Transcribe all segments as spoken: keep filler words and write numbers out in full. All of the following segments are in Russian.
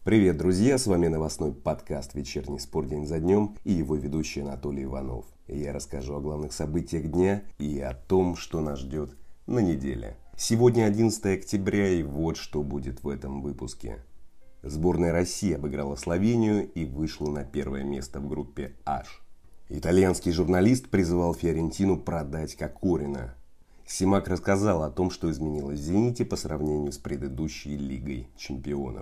Привет, друзья! С вами новостной подкаст «Вечерний спорт день за днем» и его ведущий Анатолий Иванов. Я расскажу о главных событиях дня и о том, что нас ждет на неделе. Сегодня одиннадцатое октября, и вот что будет в этом выпуске. Сборная России обыграла Словению и вышла на первое место в группе H. Итальянский журналист призывал Фиорентину продать Кокорина. Симак рассказал о том, что изменилось в «Зените» по сравнению с предыдущей Лигой чемпионов.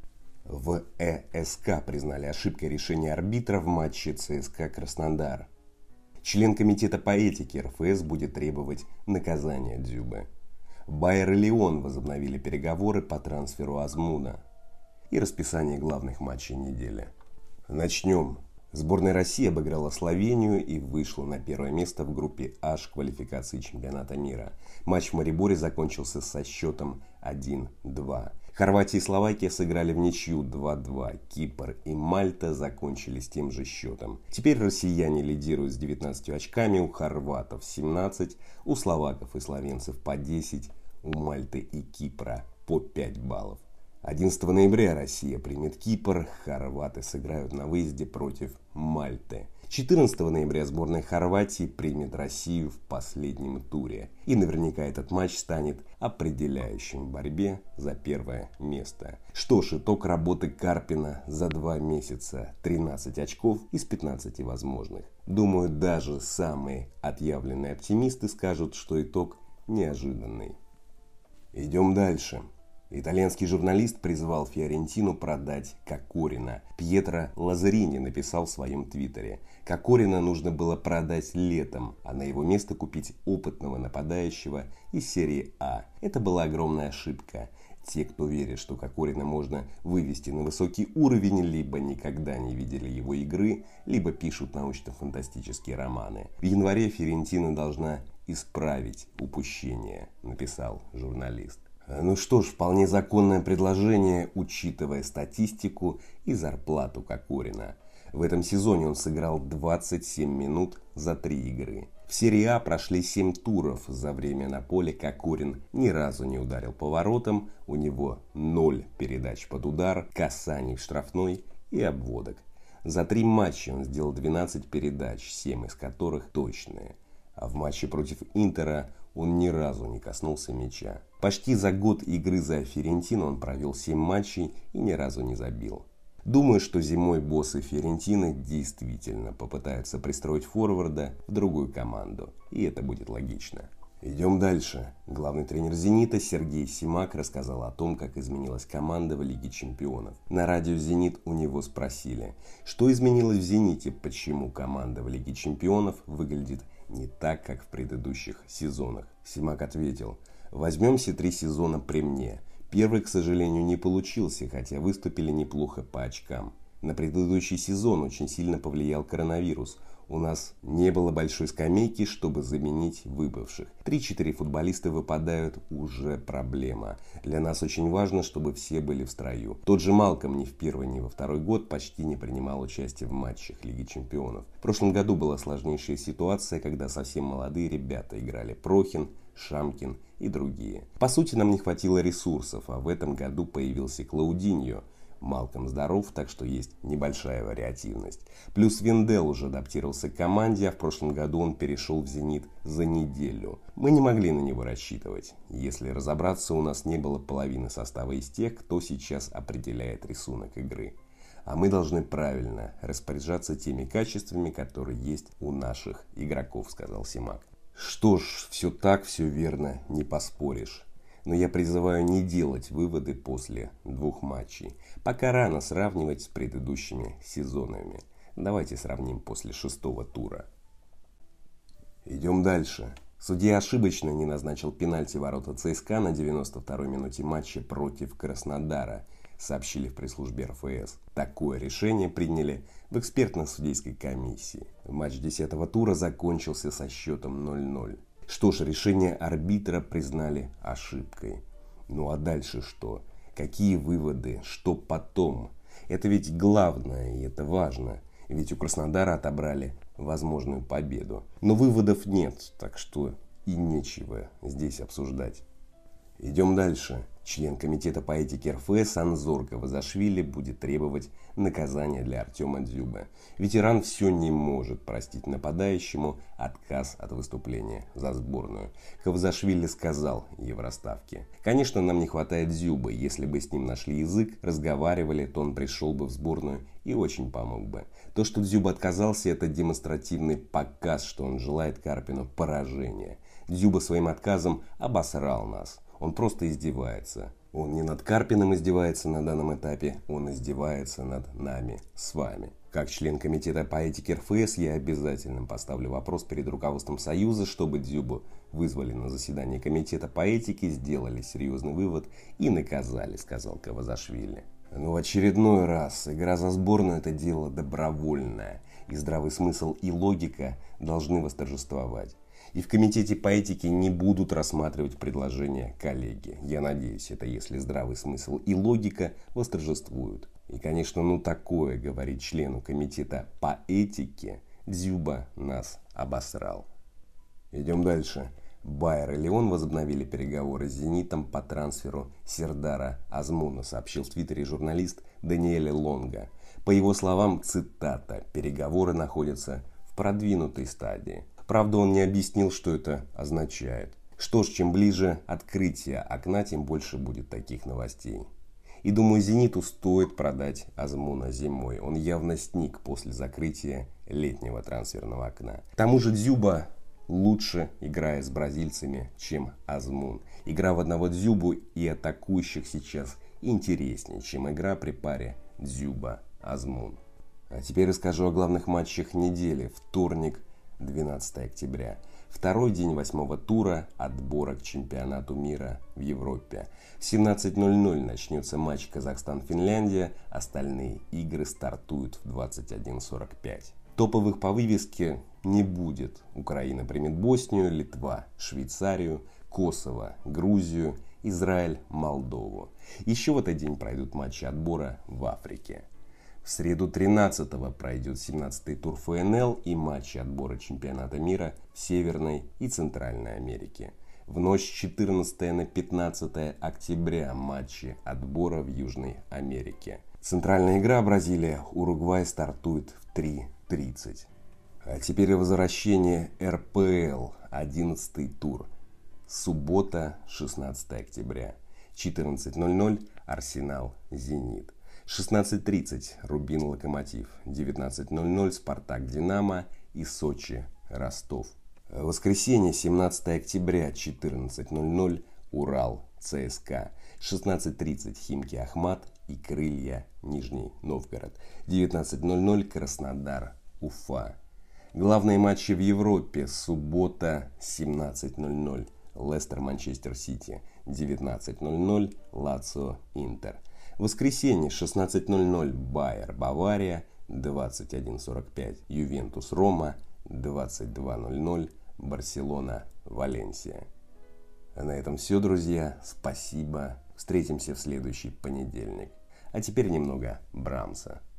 В ЭСК признали ошибкой решения арбитра в матче ЦСКА Краснодар. Член комитета по этике РФС будет требовать наказания Дзюбы. Байер и Лион возобновили переговоры по трансферу Азмуна. И расписание главных матчей недели. Начнем. Сборная России обыграла Словению и вышла на первое место в группе H квалификации чемпионата мира. Матч в Мариборе закончился со счетом один-два. Хорватия и Словакия сыграли в ничью два-два. Кипр и Мальта закончили с тем же счетом. Теперь россияне лидируют с девятнадцатью очками, у хорватов семнадцать, у словаков и словенцев по десять, у Мальты и Кипра по пять баллов. одиннадцатого ноября Россия примет Кипр, хорваты сыграют на выезде против Мальты. четырнадцатого ноября сборная Хорватии примет Россию в последнем туре. И наверняка этот матч станет определяющим в борьбе за первое место. Что ж, итог работы Карпина за два месяца. тринадцать очков из пятнадцати возможных. Думаю, даже самые отъявленные оптимисты скажут, что итог неожиданный. Идем дальше. Итальянский журналист призвал Фиорентину продать Кокорина. Пьетро Лазарини написал в своем твиттере: Кокорина нужно было продать летом, а на его место купить опытного нападающего из серии А. Это была огромная ошибка. Те, кто верит, что Кокорина можно вывести на высокий уровень, либо никогда не видели его игры, либо пишут научно-фантастические романы. В январе Фиорентина должна исправить упущение, написал журналист. Ну что ж, вполне законное предложение, учитывая статистику и зарплату Кокорина. В этом сезоне он сыграл двадцать семь минут за три игры. В серии А прошли семь туров. За время на поле Кокорин ни разу не ударил по воротам. У него ноль передач под удар, касаний в штрафной и обводок. За три матча он сделал двенадцать передач, семь из которых точные. А в матче против Интера он ни разу не коснулся мяча. Почти за год игры за Фиорентину он провел семь матчей и ни разу не забил. Думаю, что зимой боссы Фиорентины действительно попытаются пристроить форварда в другую команду. И это будет логично. Идем дальше. Главный тренер «Зенита» Сергей Симак рассказал о том, как изменилась команда в Лиге чемпионов. На радио «Зенит» у него спросили, что изменилось в «Зените», почему команда в Лиге чемпионов выглядит не так, как в предыдущих сезонах. Симак ответил: возьмем все три сезона при мне. Первый, к сожалению, не получился, хотя выступили неплохо по очкам. На предыдущий сезон очень сильно повлиял коронавирус. У нас не было большой скамейки, чтобы заменить выбывших. три-четыре футболиста выпадают, уже проблема. Для нас очень важно, чтобы все были в строю. Тот же Малком ни в первый, ни во второй год почти не принимал участие в матчах Лиги чемпионов. В прошлом году была сложнейшая ситуация, когда совсем молодые ребята играли: Прохин, Шамкин и другие. По сути, нам не хватило ресурсов, а в этом году появился Клаудиньо. Малком здоров, так что есть небольшая вариативность. Плюс Виндел уже адаптировался к команде, а в прошлом году он перешел в «Зенит» за неделю. Мы не могли на него рассчитывать. Если разобраться, у нас не было половины состава из тех, кто сейчас определяет рисунок игры. А мы должны правильно распоряжаться теми качествами, которые есть у наших игроков, сказал Симак. Что ж, все так, все верно, не поспоришь. Но я призываю не делать выводы после двух матчей. Пока рано сравнивать с предыдущими сезонами. Давайте сравним после шестого тура. Идем дальше. Судья ошибочно не назначил пенальти в ворота ЦСКА на девяносто второй минуте матча против Краснодара, сообщили в пресс-службе РФС. Такое решение приняли в экспертно-судейской комиссии. Матч десятого тура закончился со счетом ноль-ноль. Что ж, решение арбитра признали ошибкой. Ну а дальше что? Какие выводы? Что потом? Это ведь главное, и это важно. Ведь у Краснодара отобрали возможную победу. Но выводов нет, так что и нечего здесь обсуждать. Идем дальше. Член комитета по этике эр эф эс Анзор Гавазашвили будет требовать наказания для Артема Дзюбы. Ветеран все не может простить нападающему отказ от выступления за сборную. Гавазашвили сказал Евроставке: «Конечно, нам не хватает Дзюбы. Если бы с ним нашли язык, разговаривали, то он пришел бы в сборную и очень помог бы. То, что Дзюба отказался, это демонстративный показ, что он желает Карпину поражения. Дзюба своим отказом обосрал нас. Он просто издевается. Он не над Карпиным издевается на данном этапе, он издевается над нами с вами». Как член комитета по этике эр эф эс я обязательно поставлю вопрос перед руководством Союза, чтобы Дзюбу вызвали на заседание комитета по этике, сделали серьезный вывод и наказали, сказал Гавазашвили. Но в очередной раз игра за сборную — это дело добровольное, и здравый смысл и логика должны восторжествовать. И в комитете по этике не будут рассматривать предложения коллеги. Я надеюсь, это если здравый смысл и логика восторжествуют. И, конечно, ну такое говорит члену комитета по этике: Дзюба нас обосрал. Идем дальше. Байер и Лион возобновили переговоры с «Зенитом» по трансферу Сердара Азмуна, сообщил в твиттере журналист Даниэль Лонга. По его словам, цитата: «Переговоры находятся в продвинутой стадии». Правда, он не объяснил, что это означает. Что ж, чем ближе открытие окна, тем больше будет таких новостей. И думаю, «Зениту» стоит продать Азмуна зимой. Он явно сник после закрытия летнего трансферного окна. К тому же Дзюба лучше играет с бразильцами, чем Азмун. Игра в одного Дзюбу и атакующих сейчас интереснее, чем игра при паре Дзюба-Азмун. А теперь расскажу о главных матчах недели. Вторник, двенадцатое октября. Второй день восьмого тура отбора к чемпионату мира в Европе. В семнадцать ноль ноль начнется матч Казахстан-Финляндия. Остальные игры стартуют в двадцать один сорок пять. Топовых по вывеске не будет. Украина примет Боснию, Литва Швейцарию, Косово Грузию, Израиль Молдову. Еще в этот день пройдут матчи отбора в Африке. В среду тринадцатого пройдет семнадцатый тур эф эн эл и матчи отбора чемпионата мира в Северной и Центральной Америке. В ночь с четырнадцатого на пятнадцатое октября матчи отбора в Южной Америке. Центральная игра Бразилия-Уругвай стартует в три тридцать. А теперь возвращение эр пэ эл, одиннадцатый тур. Суббота, шестнадцатое октября. четырнадцать ноль ноль Арсенал-Зенит. шестнадцать тридцать Рубин-Локомотив. девятнадцать ноль ноль Спартак-Динамо и Сочи-Ростов. Воскресенье, семнадцатое октября, четырнадцать ноль ноль Урал-цэ эс ка. шестнадцать тридцать Химки-Ахмат и Крылья Нижний Новгород. девятнадцать ноль ноль Краснодар-Уфа. Главные матчи в Европе. Суббота, семнадцать ноль ноль Лестер-Манчестер Сити. девятнадцать ноль ноль Лацио-Интер. Воскресенье, шестнадцать ноль ноль Байер-Бавария. двадцать один сорок пять Ювентус-Рома. двадцать два ноль ноль Барселона-Валенсия. А на этом все, друзья. Спасибо. Встретимся в следующий понедельник. А теперь немного Брамса.